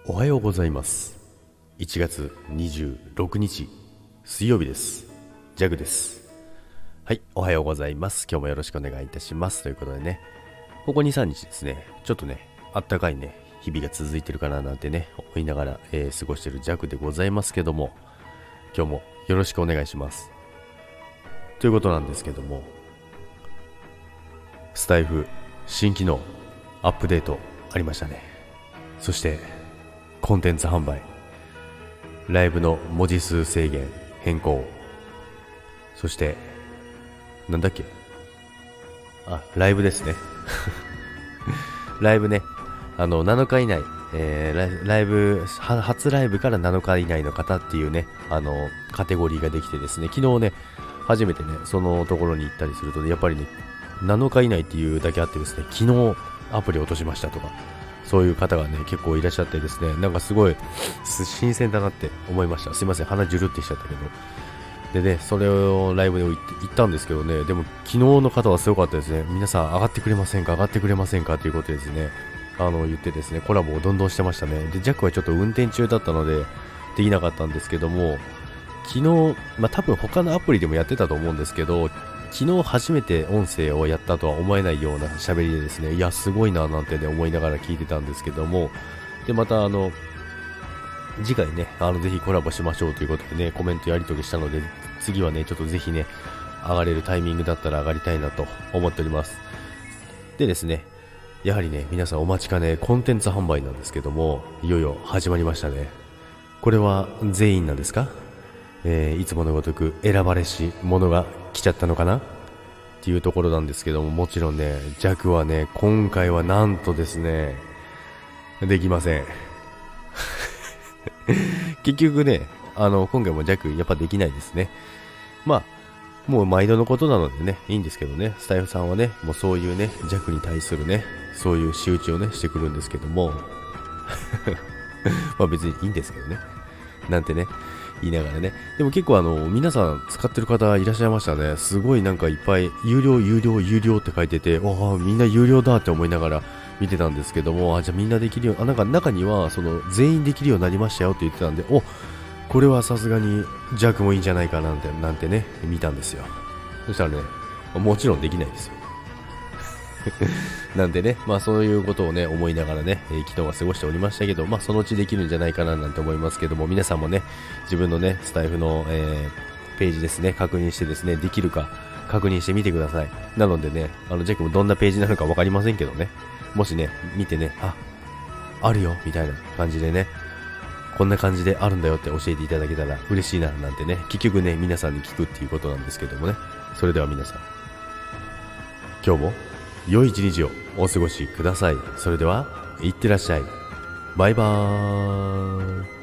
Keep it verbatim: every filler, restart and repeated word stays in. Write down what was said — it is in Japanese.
おはようございます。いちがつにじゅうろくにち水曜日です。ジャグです。はい、おはようございます。今日もよろしくお願いいたしますということでね、ここ にさんにちですね、ちょっとねあったかいね日々が続いてるかななんてね思いながら、えー過ごしてるジャグでございますけども、今日もよろしくお願いしますということなんですけども、スタイフ新機能アップデートありましたね。そしてコンテンツ販売、ライブの文字数制限変更、そしてなんだっけ、あ、ライブですねライブね、あのなのか以内、えー、ライライブは初ライブからなのか以内の方っていうね、あのカテゴリーができてですね、昨日ね初めてねそのところに行ったりすると、ね、やっぱりねなのか以内っていうだけあってですね、昨日アプリ落としましたとか、そういう方がね結構いらっしゃってですね、なんかすごい新鮮だなって思いました。すいません、鼻ジュルってしちゃったけど。でね、それをライブで行って行ったんですけどね、でも昨日の方はすごかったですね。皆さん上がってくれませんか上がってくれませんかということですね、あの言ってですね、コラボをどんどんしてましたね。で、ジャックはちょっと運転中だったのでできなかったんですけども、昨日、まあ多分他のアプリでもやってたと思うんですけど、昨日初めて音声をやったとは思えないような喋りでですね、いやすごいななんてね思いながら聞いてたんですけども、でまたあの次回ね、あのぜひコラボしましょうということでねコメントやり取りしたので、次はねちょっとぜひね上がれるタイミングだったら上がりたいなと思っております。でですね、やはりね皆さんお待ちかねコンテンツ販売なんですけども、いよいよ始まりましたね。これは全員なんですか？えー、いつものごとく選ばれし者が来ちゃったのかなっていうところなんですけども、もちろんね弱はね今回はなんとですねできません結局ね、あの今回も弱やっぱできないですね。まあもう毎度のことなのでねいいんですけどね、スタイフさんはねもうそういうね弱に対するねそういう仕打ちをねしてくるんですけどもまあ別にいいんですけどねなんてね言いながらね、でも結構あの皆さん使ってる方いらっしゃいましたね。すごいなんかいっぱい有料有料有料って書いてて、わあみんな有料だって思いながら見てたんですけども、あじゃあみんなできるよう、あなんか中にはその全員できるようになりましたよって言ってたんで、おこれはさすがに弱もいいんじゃないかなんてなんてね見たんですよ。そしたらねもちろんできないですよなんでね、まあそういうことをね思いながらね、えー、昨日は過ごしておりましたけど、まあそのうちできるんじゃないかななんて思いますけども、皆さんもね自分のねスタイフの、えー、ページですね確認してですね、できるか確認してみてください。なのでね、あのジャックもどんなページなのか分かりませんけどね、もしね見てね、ああるよみたいな感じでね、こんな感じであるんだよって教えていただけたら嬉しいななんてね、結局ね皆さんに聞くっていうことなんですけどもね。それでは皆さん今日も良い一日をお過ごしください。それではいってらっしゃい。バイバーイ。